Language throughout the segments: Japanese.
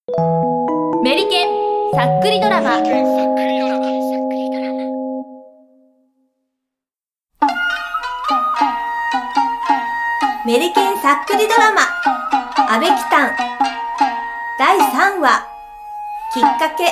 メリケンさっくりドラマ。メリケンさっくりドラマ、阿部喜丹第3話、きっかけ。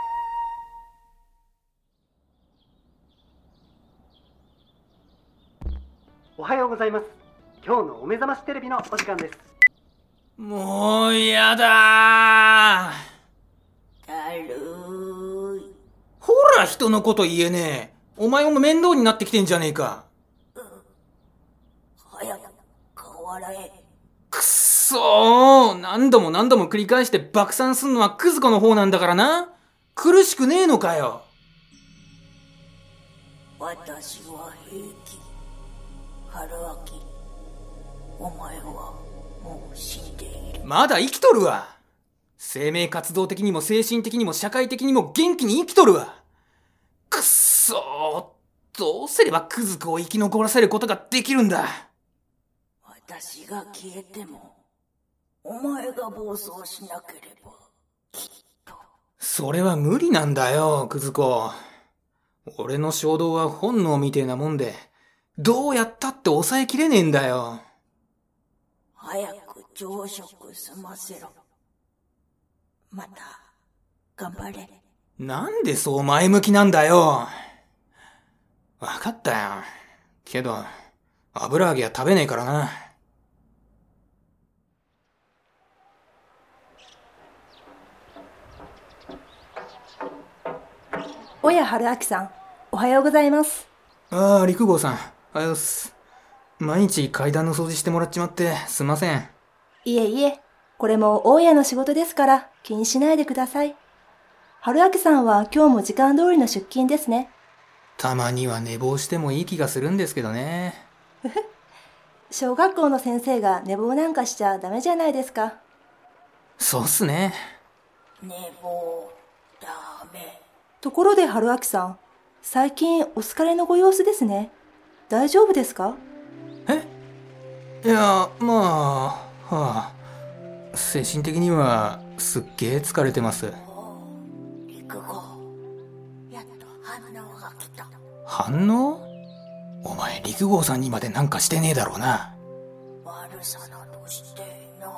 おはようございます。今日のお目覚ましテレビのお時間です。 もうやだー。 だるーい。 ほら人のこと言えねえ。お前も面倒になってきてんじゃねえか。 早く変わらえ。 くっそー。何度も繰り返して爆散すんのはクズ子の方なんだからな。苦しくねえのかよ。 私は平気。春秋、お前はもう死んでいる。 まだ生きとるわ。生命活動的にも精神的にも社会的にも元気に生きとるわ。くっそー。どうすればクズ子を生き残らせることができるんだ。 私が消えてもお前が暴走しなければきっと。 それは無理なんだよ、クズ子。俺の衝動は本能みてえなもんで、どうやったって抑えきれねえんだよ。 早く朝食済ませろ。また頑張れ。 なんでそう前向きなんだよ。わかったよ。けど、油揚げは食べねえからな。 おや春明さん、おはようございます。 ああ、陸郷さん、おはようっす。毎日階段の掃除してもらっちまってすんません。 いえいえ、これも大家の仕事ですから気にしないでください。春明さんは今日も時間通りの出勤ですね。 たまには寝坊してもいい気がするんですけどね。 小学校の先生が寝坊なんかしちゃダメじゃないですか。 そうっすね。 寝坊ダメ。 ところで春明さん、最近お疲れのご様子ですね。大丈夫ですか？ いや、まあ、精神的にはすっげえ疲れてます。 陸後、やっと反応が来た。 反応？お前陸郷さんにまでなんかしてねえだろうな。 悪さなどしていない。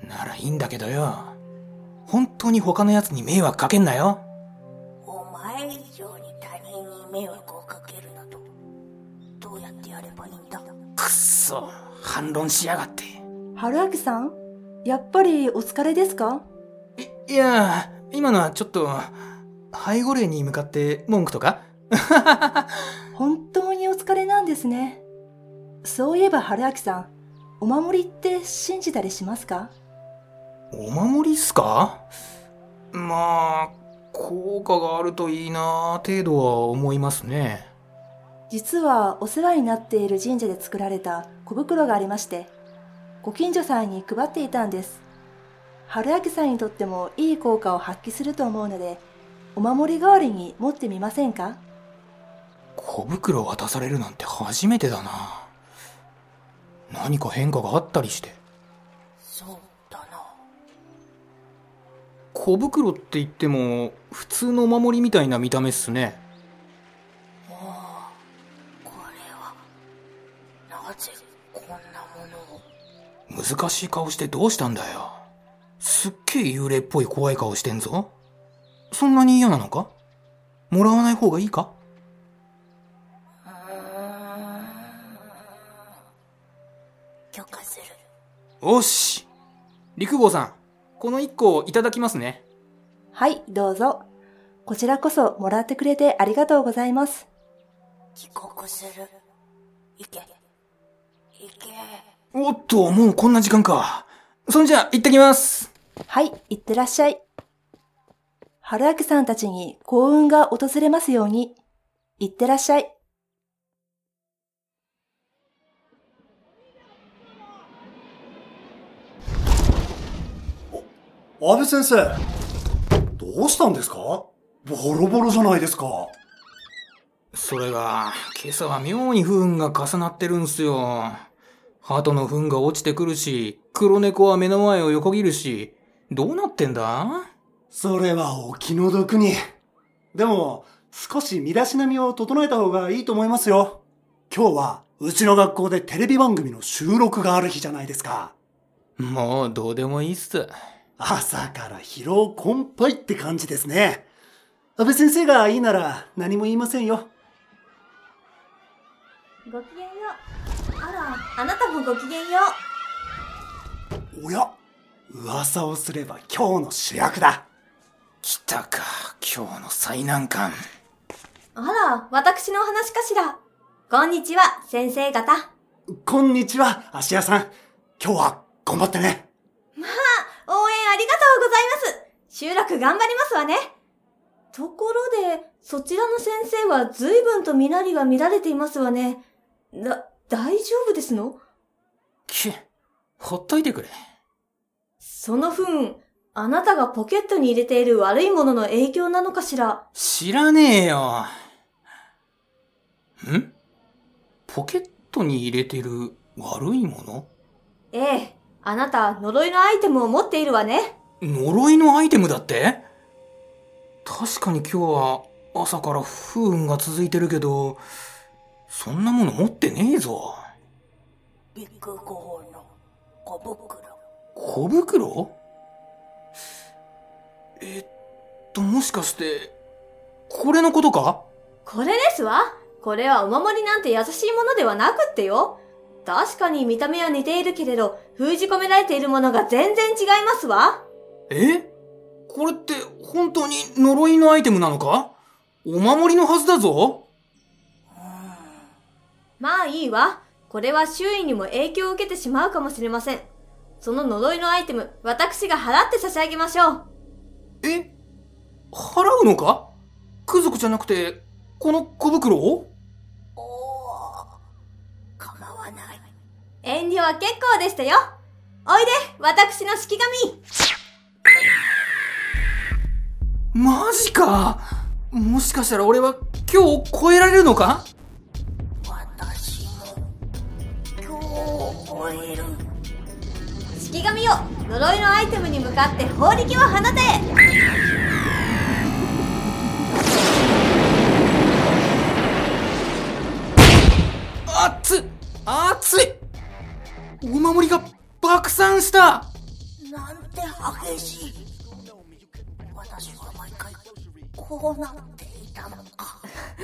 ならいいんだけどよ。本当に他の奴に迷惑かけんなよ。 お前以上に他人に迷惑をかけるなど、どうやってやればいいんだ。 くっそ、反論しやがって。 春明さん、やっぱりお疲れですか？ いや、今のはちょっと、背後霊に向かって文句とか本当にお疲れなんですね。そういえば春明さん、お守りって信じたりしますか？ お守りっすか？まあ、効果があるといいな程度は思いますね。 実はお世話になっている神社で作られた小袋がありまして、ご近所さんに配っていたんです。春明さんにとってもいい効果を発揮すると思うので、お守り代わりに持ってみませんか？ 小袋渡されるなんて初めてだな。何か変化があったりして。 そうだな。 小袋って言っても普通のお守りみたいな見た目っすね。 もう、これは、なぜこんなものを。 難しい顔してどうしたんだよ。すっげえ幽霊っぽい怖い顔してんぞ。そんなに嫌なのか？もらわない方がいいか？ 許可する。 おし。陸郷さん、この1個いただきますね。 はい、どうぞ。こちらこそもらってくれてありがとうございます。 帰国する。行け。行け。 おっと、もうこんな時間か。そんじゃ、行ってきます。 はい、いってらっしゃい。春明さんたちに幸運が訪れますように。いってらっしゃい。 安部先生、どうしたんですか？ボロボロじゃないですか。 それが、今朝は妙に不運が重なってるんすよ。鳩の糞が落ちてくるし、黒猫は目の前を横切るし、 どうなってんだ？ それはお気の毒に。でも、少し身だしなみを整えた方がいいと思いますよ。今日は、うちの学校でテレビ番組の収録がある日じゃないですか。 もうどうでもいいっす。 朝から疲労困憊って感じですね。安部先生がいいなら何も言いませんよ。 ごきげんよう。あら、あなたもごきげんよう。 おや、噂をすれば今日の主役だ。 来たか、今日の最難関。 あら、私のお話かしら。こんにちは、先生方。 こんにちは、芦屋さん。今日は頑張ってね。 まあ、応援ありがとうございます。収録頑張りますわね。ところで、そちらの先生は随分と身なりが乱れていますわね。大丈夫ですの？ ほっといてくれ。 その糞、あなたがポケットに入れている悪いものの影響なのかしら？ 知らねえよ。ポケットに入れてる悪いもの？ ええ、あなた呪いのアイテムを持っているわね。 呪いのアイテムだって？確かに今日は朝から不運が続いてるけど、そんなもの持ってねえぞ。 ビッグゴーの小袋。 小袋？もしかして、これのことか？ これですわ。これはお守りなんて優しいものではなくってよ。確かに見た目は似ているけれど、封じ込められているものが全然違いますわ。 これって本当に呪いのアイテムなのか？お守りのはずだぞ。 まあいいわ。これは周囲にも影響を受けてしまうかもしれません。その呪いのアイテム、私が払って差し上げましょう。 払うのか？クズクじゃなくて、この小袋を？ 構わない。 遠慮は結構でしたよ。おいで、私の式紙。 マジか。もしかしたら俺は今日超えられるのか？ 私も今日を超える。 式紙を呪いのアイテムに向かって砲撃を放て。熱い。お守りが爆散した。 なんて激しい。私は毎回こうなっていたのか。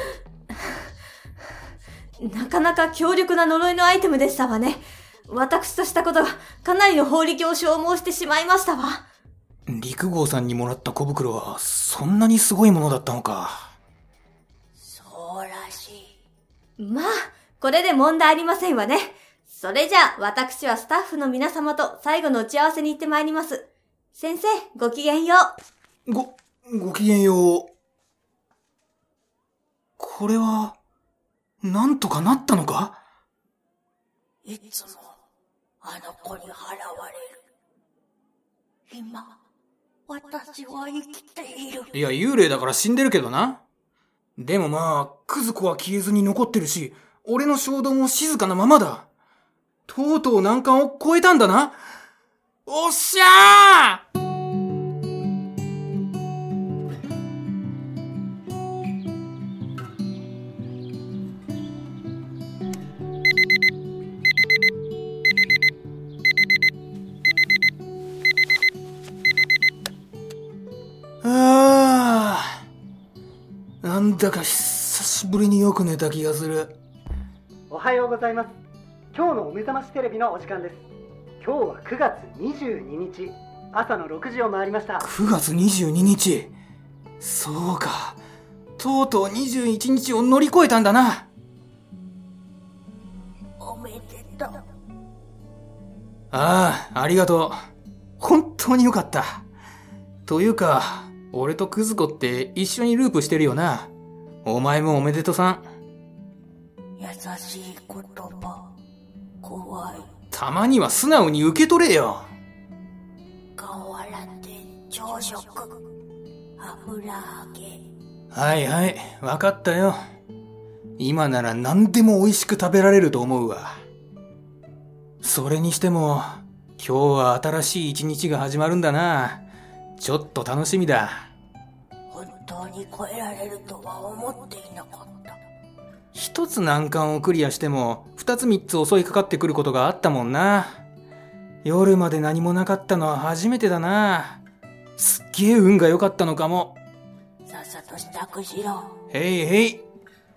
なかなか強力な呪いのアイテムでしたわね。私としたことがかなりの法力を消耗してしまいましたわ。 陸郷さんにもらった小袋はそんなにすごいものだったのか。 そうらしい。 まあ、これで問題ありませんわね。それじゃあ、私はスタッフの皆様と最後の打ち合わせに行ってまいります。先生、ごきげんよう。ごきげんよう。これは、なんとかなったのか？ いつも、あの子に払われる。今、私は生きている。 いや、幽霊だから死んでるけどな。でもまあ、クズ子は消えずに残ってるし、俺の衝動も静かなままだ。とうとう難関を超えたんだな。おっしゃー！なんだか久しぶりによく寝た気がする。 おはようございます。今日のお目覚ましテレビのお時間です。今日は9月22日朝の6時を回りました。 9月22日、そうか、とうとう21日を乗り越えたんだな。 おめでとう。 ああ、ありがとう。本当によかった。というか、俺とクズ子って一緒にループしてるよな。お前もおめでとさん。 優しい言葉、怖い。 たまには素直に受け取れよ。 瓦で朝食、油揚げ。 はいはい、わかったよ。今なら何でも美味しく食べられると思うわ。それにしても、 今日は新しい一日が始まるんだな。ちょっと楽しみだ。 本当に超えられるとは思っていなかった。 一つ難関をクリアしても二つ三つ襲いかかってくることがあったもんな。夜まで何もなかったのは初めてだな。すっげえ運が良かったのかも。 さっさと支度しろ。 へいへい。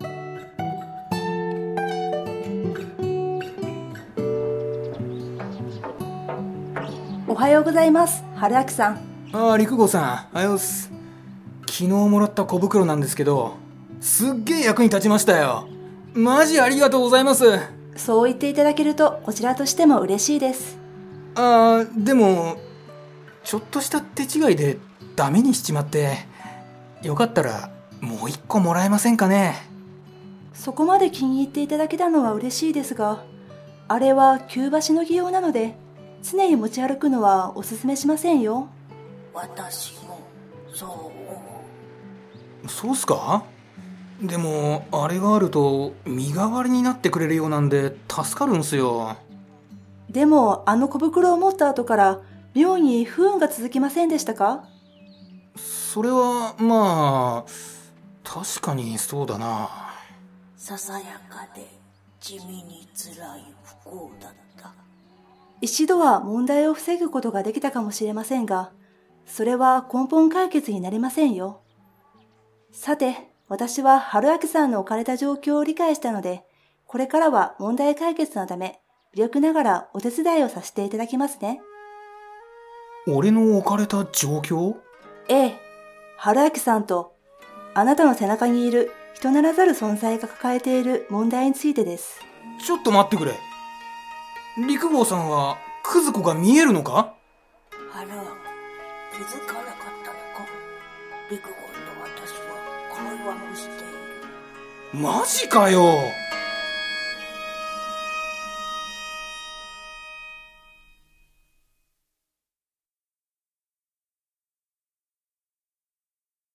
おはようございます、春明さん。 ああ、陸郷さん、おはようっす。昨日もらった小袋なんですけど、すっげえ役に立ちましたよ。マジありがとうございます。 そう言っていただけるとこちらとしても嬉しいです。 でも、ちょっとした手違いでダメにしちまって、よかったらもう一個もらえませんかね。 そこまで気に入っていただけたのは嬉しいですが、あれは急場しのぎ用なので、常に持ち歩くのはおすすめしませんよ。 私もそう思う。 そうっすか？でも、あれがあると身代わりになってくれるようなんで助かるんすよ。 でもあの小袋を持った後から妙に不運が続きませんでしたか？ それはまあ確かにそうだな。 ささやかで地味に辛い不幸だった。 一度は問題を防ぐことができたかもしれませんが、それは根本解決になりませんよ。さて、私は春明さんの置かれた状況を理解したので、これからは問題解決のため、微力ながらお手伝いをさせていただきますね。 俺の置かれた状況？ ええ、春明さんとあなたの背中にいる人ならざる存在が抱えている問題についてです。 ちょっと待ってくれ。陸郷さんはクズ子が見えるのか？ あら、気づかなかったのか。陸郷と私は会話をしている。 マジかよ。